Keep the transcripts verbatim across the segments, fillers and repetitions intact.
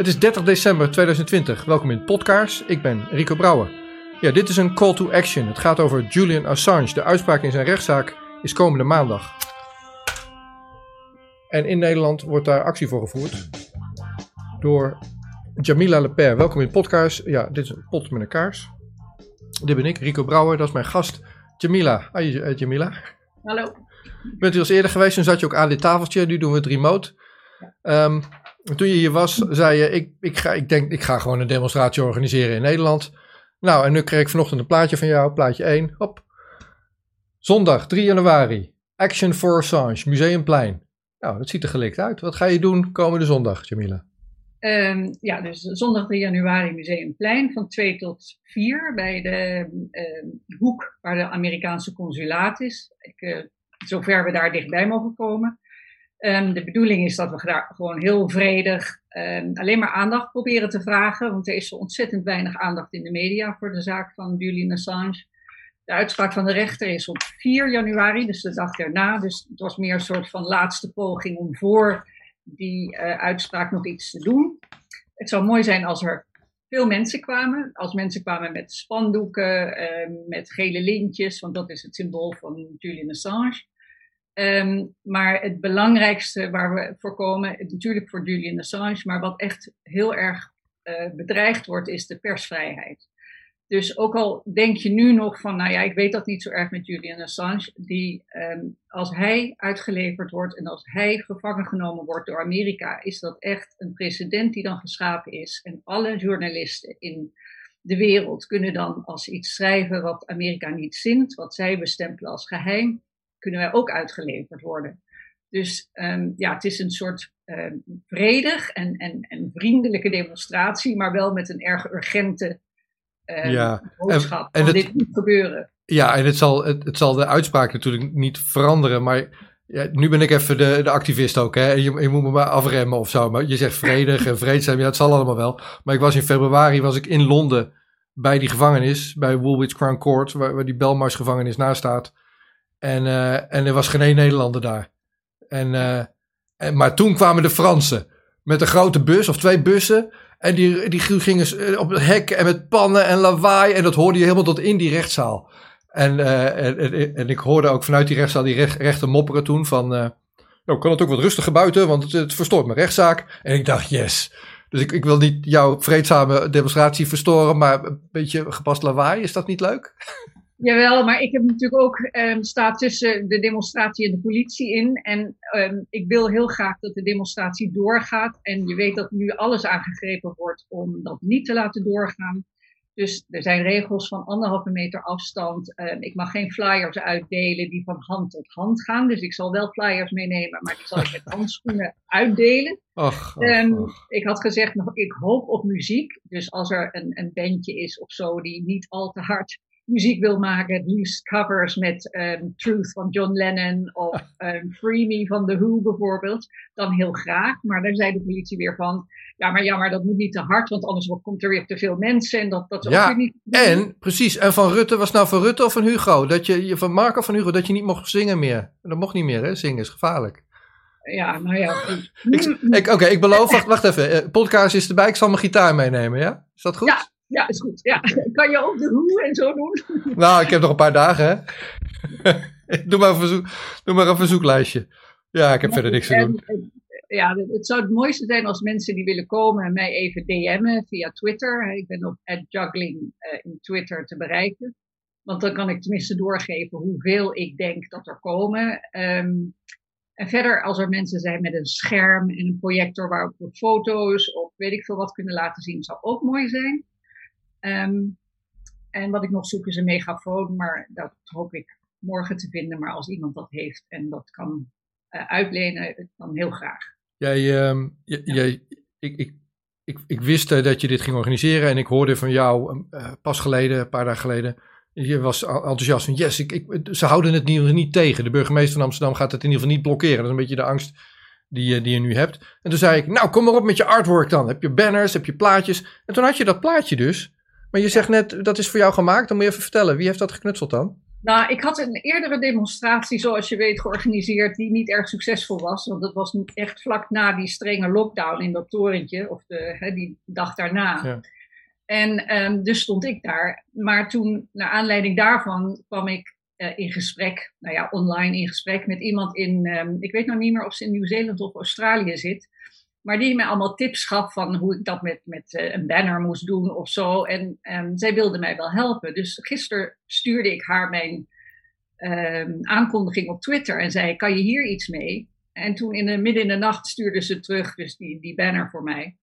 Het is dertig december tweeduizend twintig. Welkom in Podcasts. Ik ben Rico Brouwer. Ja, dit is een call to action. Het gaat over Julian Assange. De uitspraak in zijn rechtszaak is komende maandag. En in Nederland wordt daar actie voor gevoerd door Jamila Lepers. Welkom in Podcasts. Ja, dit is een pot met een kaars. Dit ben ik, Rico Brouwer. Dat is mijn gast, Jamila. Hi Jamila. Hallo. Bent u al eerder geweest, toen zat je ook aan dit tafeltje. Nu doen we het remote. Um, toen je hier was, zei je, ik, ik, ga, ik denk, ik ga gewoon een demonstratie organiseren in Nederland. Nou, en nu kreeg ik vanochtend een plaatje van jou, plaatje één. Hop. Zondag, drie januari. Action for Assange, Museumplein. Nou, dat ziet er gelikt uit. Wat ga je doen komende zondag, Jamila? Um, ja, dus zondag drie januari Museumplein van twee tot vier bij de uh, hoek waar de Amerikaanse consulaat is. Ik, uh, zover we daar dichtbij mogen komen. Um, de bedoeling is dat we daar gewoon heel vredig um, alleen maar aandacht proberen te vragen. Want er is zo ontzettend weinig aandacht in de media voor de zaak van Julian Assange. De uitspraak van de rechter is op vier januari, dus de dag erna. Dus het was meer een soort van laatste poging om voor die uh, uitspraak nog iets te doen. Het zou mooi zijn als er veel mensen kwamen. Als mensen kwamen met spandoeken, uh, met gele lintjes, want dat is het symbool van Julian Assange. Um, maar het belangrijkste waar we voor komen, natuurlijk voor Julian Assange, maar wat echt heel erg uh, bedreigd wordt, is de persvrijheid. Dus ook al denk je nu nog van, nou ja, ik weet dat niet zo erg met Julian Assange, die, um, als hij uitgeleverd wordt en als hij gevangen genomen wordt door Amerika, is dat echt een precedent die dan geschapen is. En alle journalisten in de wereld kunnen dan, als ze iets schrijven wat Amerika niet zint, wat zij bestempelen als geheim, kunnen wij ook uitgeleverd worden. Dus um, ja, het is een soort um, vredig en, en, en vriendelijke demonstratie, maar wel met een erg urgente um, ja. boodschap. En, en kan het, dit niet gebeuren. Ja, en het zal, het, het zal de uitspraak natuurlijk niet veranderen, maar ja, nu ben ik even de, de activist ook, hè. Je, je moet me maar afremmen of zo, maar je zegt vredig en vreedzaam, ja, het zal allemaal wel. Maar ik was in februari, was ik in Londen bij die gevangenis, bij Woolwich Crown Court, waar, waar die Belmarsh gevangenis naast staat. En, uh, en er was geen één Nederlander daar. En, uh, en, maar toen kwamen de Fransen met een grote bus of twee bussen. En die, die gingen op het hek en met pannen en lawaai. En dat hoorde je helemaal tot in die rechtszaal. En, uh, en, en, en ik hoorde ook vanuit die rechtszaal die recht, rechter mopperen toen van... Uh, nou, kan het ook wat rustiger buiten, want het, het verstoort mijn rechtszaak. En ik dacht, yes. Dus ik, ik wil niet jouw vreedzame demonstratie verstoren, maar een beetje gepast lawaai. Is dat niet leuk? Jawel, maar ik heb natuurlijk ook um, staat tussen de demonstratie en de politie in. En um, ik wil heel graag dat de demonstratie doorgaat. En je weet dat nu alles aangegrepen wordt om dat niet te laten doorgaan. Dus er zijn regels van anderhalve meter afstand. Um, ik mag geen flyers uitdelen die van hand tot hand gaan. Dus ik zal wel flyers meenemen, maar die zal ik met handschoenen uitdelen. Och, och, um, och. Ik had gezegd, ik hoop op muziek. Dus als er een, een bandje is of zo die niet al te hard muziek wil maken, het liefst covers met um, Truth van John Lennon of um, Free Me van The Who bijvoorbeeld, dan heel graag. Maar daar zei de politie weer van, ja maar, ja, maar dat moet niet te hard, want anders komt er weer te veel mensen en dat, dat is ja, ook weer niet. En, precies, en van Rutte, was het nou van Rutte of van Hugo? Dat je, van Mark of van Hugo, dat je niet mocht zingen meer. Dat mocht niet meer, hè? Zingen is gevaarlijk. Ja, nou ja. ik, ik, Oké, okay, ik beloof, wacht, wacht even. Podcast is erbij, ik zal mijn gitaar meenemen, ja? Is dat goed? Ja. Ja, is goed. Ja. Kan je ook de hoe en zo doen? Nou, ik heb nog een paar dagen, hè. doe, maar een verzoek, doe maar een verzoeklijstje. Ja, ik heb ja, verder niks te doen. Ja, het zou het mooiste zijn als mensen die willen komen mij even D M'en via Twitter. Ik ben op at juggling uh, in Twitter te bereiken. Want dan kan ik tenminste doorgeven hoeveel ik denk dat er komen. Um, en verder, als er mensen zijn met een scherm en een projector waarop we foto's of weet ik veel wat kunnen laten zien, zou ook mooi zijn. Um, en wat ik nog zoek is een megafoon, maar dat hoop ik morgen te vinden. Maar als iemand dat heeft en dat kan uh, uitlenen, dan heel graag. Jij, um, j- ja. jij, ik, ik, ik, ik wist uh, dat je dit ging organiseren en ik hoorde van jou uh, pas geleden, een paar dagen geleden. Je was enthousiast van yes, ik, ik, ze houden het in ieder geval niet tegen. De burgemeester van Amsterdam gaat het in ieder geval niet blokkeren. Dat is een beetje de angst die, die je nu hebt. En toen zei ik, nou kom maar op met je artwork dan. Heb je banners, heb je plaatjes. En toen had je dat plaatje dus. Maar je zegt net, dat is voor jou gemaakt. Dan moet je even vertellen, wie heeft dat geknutseld dan? Nou, ik had een eerdere demonstratie, zoals je weet, georganiseerd, die niet erg succesvol was. Want dat was echt vlak na die strenge lockdown in dat torentje, of de, hè, die dag daarna. Ja. En um, dus stond ik daar. Maar toen, naar aanleiding daarvan, kwam ik uh, in gesprek, nou ja, online in gesprek met iemand in, um, ik weet nog niet meer of ze in Nieuw-Zeeland of Australië zit. Maar die mij allemaal tips gaf van hoe ik dat met, met uh, een banner moest doen of zo. En um, zij wilde mij wel helpen. Dus gisteren stuurde ik haar mijn um, aankondiging op Twitter en zei, kan je hier iets mee? En toen in de, midden in de nacht stuurde ze terug, dus die, die banner voor mij.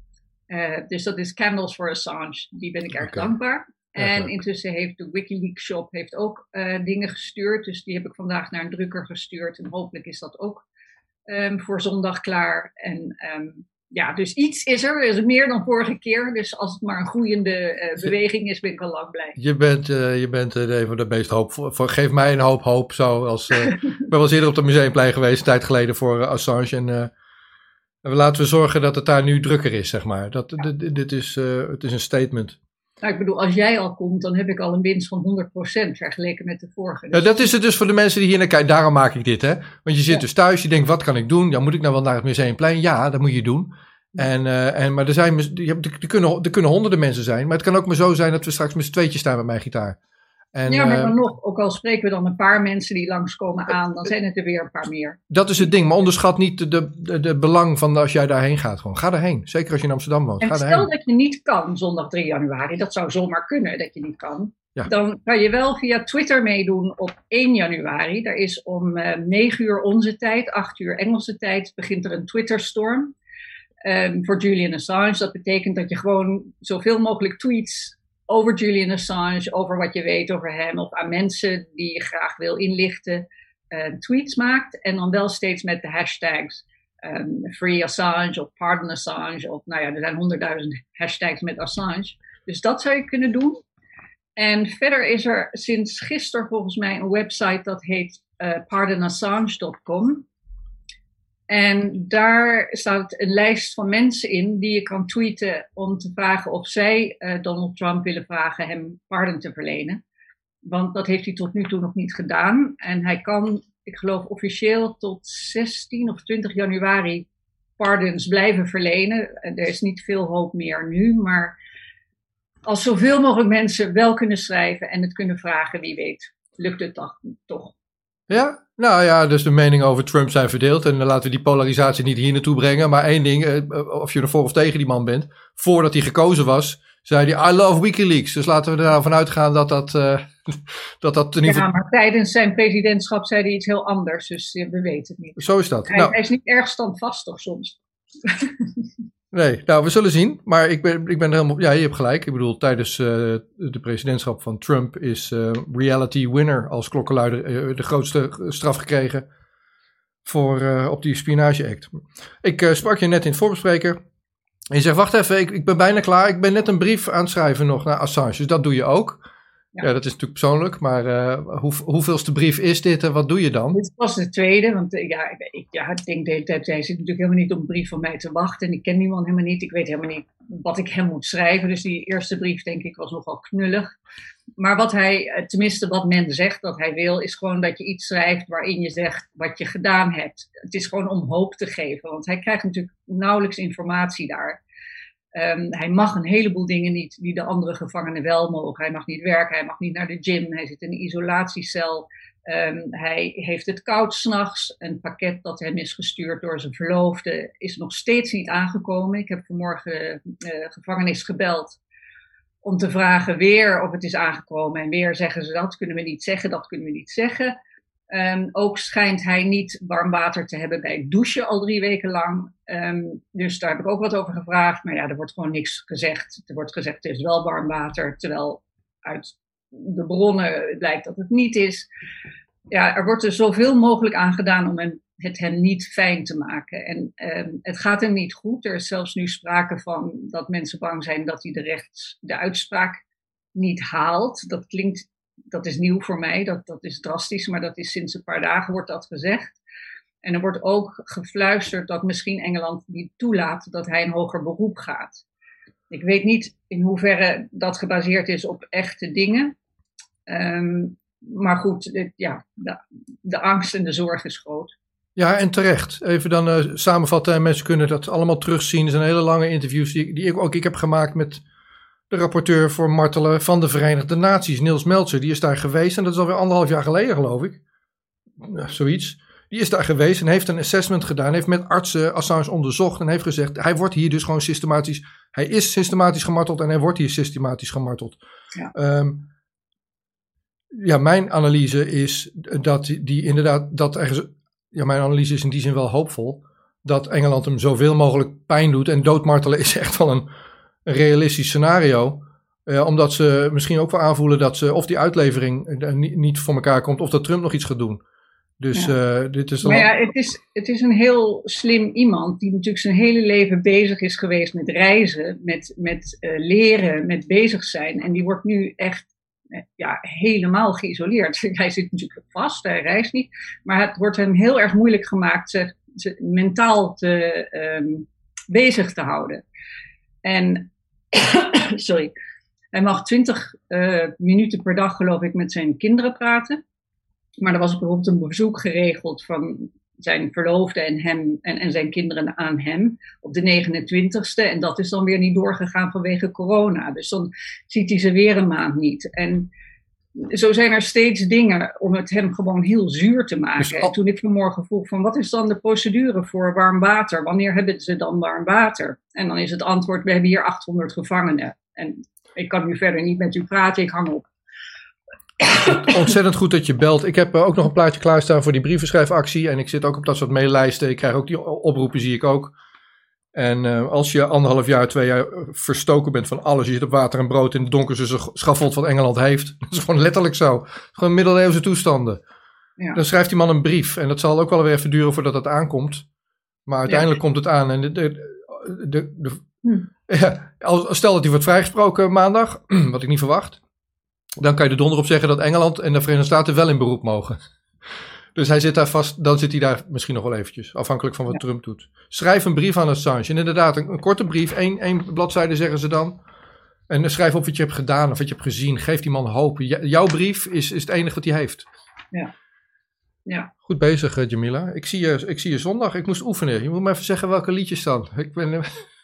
Uh, dus dat is Candles for Assange. Die ben ik erg okay. dankbaar. En ja, intussen heeft de Wikileaks shop heeft ook uh, dingen gestuurd. Dus die heb ik vandaag naar een drukker gestuurd. En hopelijk is dat ook um, voor zondag klaar. En um, ja, dus iets is er. Er is meer dan vorige keer. Dus als het maar een groeiende uh, beweging is, ben ik al lang blij. Je bent, uh, je bent uh, een van de meest hoop. Voor, geef mij een hoop hoop. Zo als, uh, ik ben wel eens eerder op het Museumplein geweest, een tijd geleden voor uh, Assange. En uh, laten we zorgen dat het daar nu drukker is, zeg maar. Dat, dit, dit is, uh, het is een statement. Nou, ik bedoel, als jij al komt, dan heb ik al een winst van honderd procent vergeleken met de vorige. Dus... Ja, dat is het dus voor de mensen die hier naar kijken. Daarom maak ik dit, hè. Want je zit ja. dus thuis, je denkt, wat kan ik doen? Ja, moet ik nou wel naar het Museumplein? Ja, dat moet je doen. Ja. En, uh, en, maar er, zijn, er, kunnen, er kunnen honderden mensen zijn. Maar het kan ook maar zo zijn dat we straks met z'n tweetjes staan met mijn gitaar. En, ja, maar dan uh, nog, ook al spreken we dan een paar mensen die langskomen aan, dan zijn het er weer een paar meer. Dat is het ding, maar onderschat niet de, de, de, de belang van als jij daarheen gaat. Gewoon, ga daarheen, zeker als je in Amsterdam woont. En ga stel daarheen. dat je niet kan zondag drie januari, dat zou zomaar kunnen dat je niet kan. Ja. Dan kan je wel via Twitter meedoen op één januari. Daar is om uh, negen uur onze tijd, acht uur Engelse tijd, begint er een Twitterstorm um, voor Julian Assange. Dat betekent dat je gewoon zoveel mogelijk tweets over Julian Assange, over wat je weet over hem, of aan mensen die je graag wil inlichten, uh, tweets maakt. En dan wel steeds met de hashtags um, Free Assange of Pardon Assange. Of nou ja, er zijn honderdduizend hashtags met Assange. Dus dat zou je kunnen doen. En verder is er sinds gisteren volgens mij een website dat heet uh, pardon assange dot com. En daar staat een lijst van mensen in die je kan tweeten om te vragen of zij uh, Donald Trump willen vragen hem pardon te verlenen. Want dat heeft hij tot nu toe nog niet gedaan. En hij kan, ik geloof officieel tot zestien of twintig januari pardons blijven verlenen. Er is niet veel hoop meer nu, maar als zoveel mogelijk mensen wel kunnen schrijven en het kunnen vragen, wie weet, lukt het toch. toch. Ja? Nou ja, dus de meningen over Trump zijn verdeeld. En dan laten we die polarisatie niet hier naartoe brengen. Maar één ding, of je er voor of tegen die man bent. Voordat hij gekozen was, zei hij, I love Wikileaks. Dus laten we er nou van uitgaan dat dat... Uh, dat, dat in ieder geval... Ja, maar tijdens zijn presidentschap zei hij iets heel anders. Dus we weten het niet. Zo is dat. Hij, nou, hij is niet erg standvastig soms. Nee, nou, we zullen zien. Maar ik ben, ik ben er helemaal... Ja, je hebt gelijk. Ik bedoel, tijdens uh, de presidentschap van Trump is uh, reality winner als klokkenluider uh, de grootste straf gekregen voor, uh, op die Spionage Act. Ik uh, sprak je net in het voorbespreker. En je zegt, wacht even, ik, ik ben bijna klaar. Ik ben net een brief aan het schrijven nog naar Assange. Dus dat doe je ook. Ja, ja dat is natuurlijk persoonlijk. Maar uh, hoe, hoeveelste brief is dit en wat doe je dan? Dit was de tweede. Want uh, ja, ik, ja, ik denk de hele tijd, hij zit natuurlijk helemaal niet op een brief van mij te wachten. En ik ken die man helemaal niet. Ik weet helemaal niet wat ik hem moet schrijven. Dus die eerste brief, denk ik, was nogal knullig. Maar wat hij, tenminste wat men zegt dat hij wil, is gewoon dat je iets schrijft waarin je zegt wat je gedaan hebt. Het is gewoon om hoop te geven. Want hij krijgt natuurlijk nauwelijks informatie daar. Um, hij mag een heleboel dingen niet die de andere gevangenen wel mogen. Hij mag niet werken, hij mag niet naar de gym, hij zit in een isolatiecel. Um, hij heeft het koud 's nachts. Een pakket dat hem is gestuurd door zijn verloofde is nog steeds niet aangekomen. Ik heb vanmorgen uh, gevangenis gebeld om te vragen weer of het is aangekomen. En weer zeggen ze dat kunnen we niet zeggen, dat kunnen we niet zeggen. Um, ook schijnt hij niet warm water te hebben bij het douchen al drie weken lang. Um, dus daar heb ik ook wat over gevraagd. Maar ja, er wordt gewoon niks gezegd. Er wordt gezegd, het is wel warm water. Terwijl uit de bronnen blijkt dat het niet is. Ja, er wordt er zoveel mogelijk aan gedaan om hem, het hem niet fijn te maken. En um, het gaat hem niet goed. Er is zelfs nu sprake van dat mensen bang zijn dat hij de rechts, de uitspraak niet haalt. Dat klinkt... Dat is nieuw voor mij, dat, dat is drastisch, maar dat is sinds een paar dagen wordt dat gezegd. En er wordt ook gefluisterd dat misschien Engeland niet toelaat dat hij een hoger beroep gaat. Ik weet niet in hoeverre dat gebaseerd is op echte dingen. Um, maar goed, het, ja, de, de angst en de zorg is groot. Ja, en terecht. Even dan uh, samenvatten. En mensen kunnen dat allemaal terugzien. Er zijn hele lange interviews die, die ik ook ik heb gemaakt met de rapporteur voor martelen van de Verenigde Naties, Niels Meltzer. Die is daar geweest en dat is alweer anderhalf jaar geleden, geloof ik. Uh, zoiets. Die is daar geweest en heeft een assessment gedaan. Heeft met artsen Assange onderzocht en heeft gezegd, hij wordt hier dus gewoon systematisch, hij is systematisch gemarteld en hij wordt hier systematisch gemarteld. Ja, um, ja mijn analyse is dat die, die inderdaad, dat er, ja, mijn analyse is in die zin wel hoopvol, dat Engeland hem zoveel mogelijk pijn doet en doodmartelen is echt wel een, een realistisch scenario. Uh, omdat ze misschien ook wel aanvoelen dat ze of die uitlevering uh, niet, niet voor elkaar komt of dat Trump nog iets gaat doen. Dus ja. uh, dit is dan... Maar ja, het is, het is een heel slim iemand die natuurlijk zijn hele leven bezig is geweest met reizen, met, met uh, leren, met bezig zijn. En die wordt nu echt uh, ja, helemaal geïsoleerd. Hij zit natuurlijk vast, hij reist niet. Maar het wordt hem heel erg moeilijk gemaakt zich, zich mentaal te, um, bezig te houden. En, sorry, hij mag twintig uh, minuten per dag geloof ik met zijn kinderen praten. Maar er was bijvoorbeeld een bezoek geregeld van zijn verloofde en hem en, en zijn kinderen aan hem op de negenentwintigste. En dat is dan weer niet doorgegaan vanwege corona. Dus dan ziet hij ze weer een maand niet. En zo zijn er steeds dingen om het hem gewoon heel zuur te maken. Dus al... En toen ik vanmorgen vroeg van wat is dan de procedure voor warm water? Wanneer hebben ze dan warm water? En dan is het antwoord, we hebben hier achthonderd gevangenen. En ik kan nu verder niet met u praten, ik hang op. Ontzettend goed dat je belt. Ik heb ook nog een plaatje klaarstaan voor die brievenschrijfactie. En ik zit ook op dat soort maillijsten. Ik krijg ook die oproepen, zie ik ook. En uh, als je anderhalf jaar, twee jaar verstoken bent van alles. Je zit op water en brood in het donkerste schavot wat Engeland heeft. Dat is gewoon letterlijk zo. Gewoon middeleeuwse toestanden. Ja. Dan schrijft die man een brief. En dat zal ook wel weer even duren voordat dat aankomt. Maar uiteindelijk ja. komt het aan. En de, de, de, de, hm. ja, stel dat hij wordt vrijgesproken maandag. Wat ik niet verwacht. Dan kan je er donder op zeggen dat Engeland en de Verenigde Staten wel in beroep mogen. Dus hij zit daar vast, dan zit hij daar misschien nog wel eventjes, afhankelijk van wat ja. Trump doet. Schrijf een brief aan Assange. En inderdaad, een, een korte brief, één, één bladzijde zeggen ze dan. En schrijf op wat je hebt gedaan of wat je hebt gezien. Geef die man hoop. J- jouw brief is, is het enige wat hij heeft. Ja. Ja. Goed bezig, Jamila. Ik zie, je, ik zie je zondag. Ik moest oefenen. Je moet me even zeggen welke liedjes dan. Ik ben...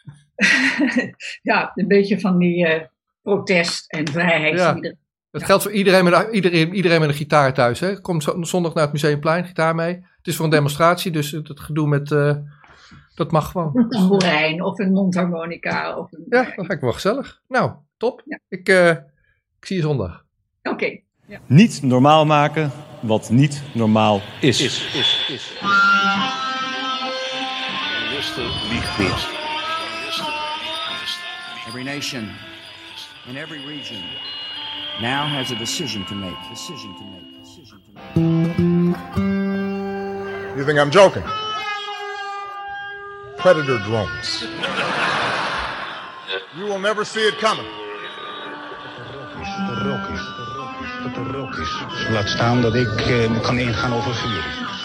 ja, een beetje van die uh, protest en vrijheidsliederen. Ja. Het ja. geldt voor iedereen met, iedereen, iedereen met een gitaar thuis. Hè? Kom zondag naar het Museumplein, gitaar mee. Het is voor een demonstratie, dus het gedoe met... Uh, dat mag gewoon. Een tamboerijn of een mondharmonica. Of een... Ja, dat lijkt me wel gezellig. Nou, top. Ja. Ik, uh, ik zie je zondag. Oké. Okay. Ja. Niet normaal maken wat niet normaal is. Is, is, is. Rustig liegt niet. Every nation in every region now has a decision to make. Decision to make. Decision to make. You think I'm joking? Predator drones. You will never see it coming. Dat er rook is, dat er rook is, dat er rook is. Laat staan dat ik uh, kan ingaan over vuur.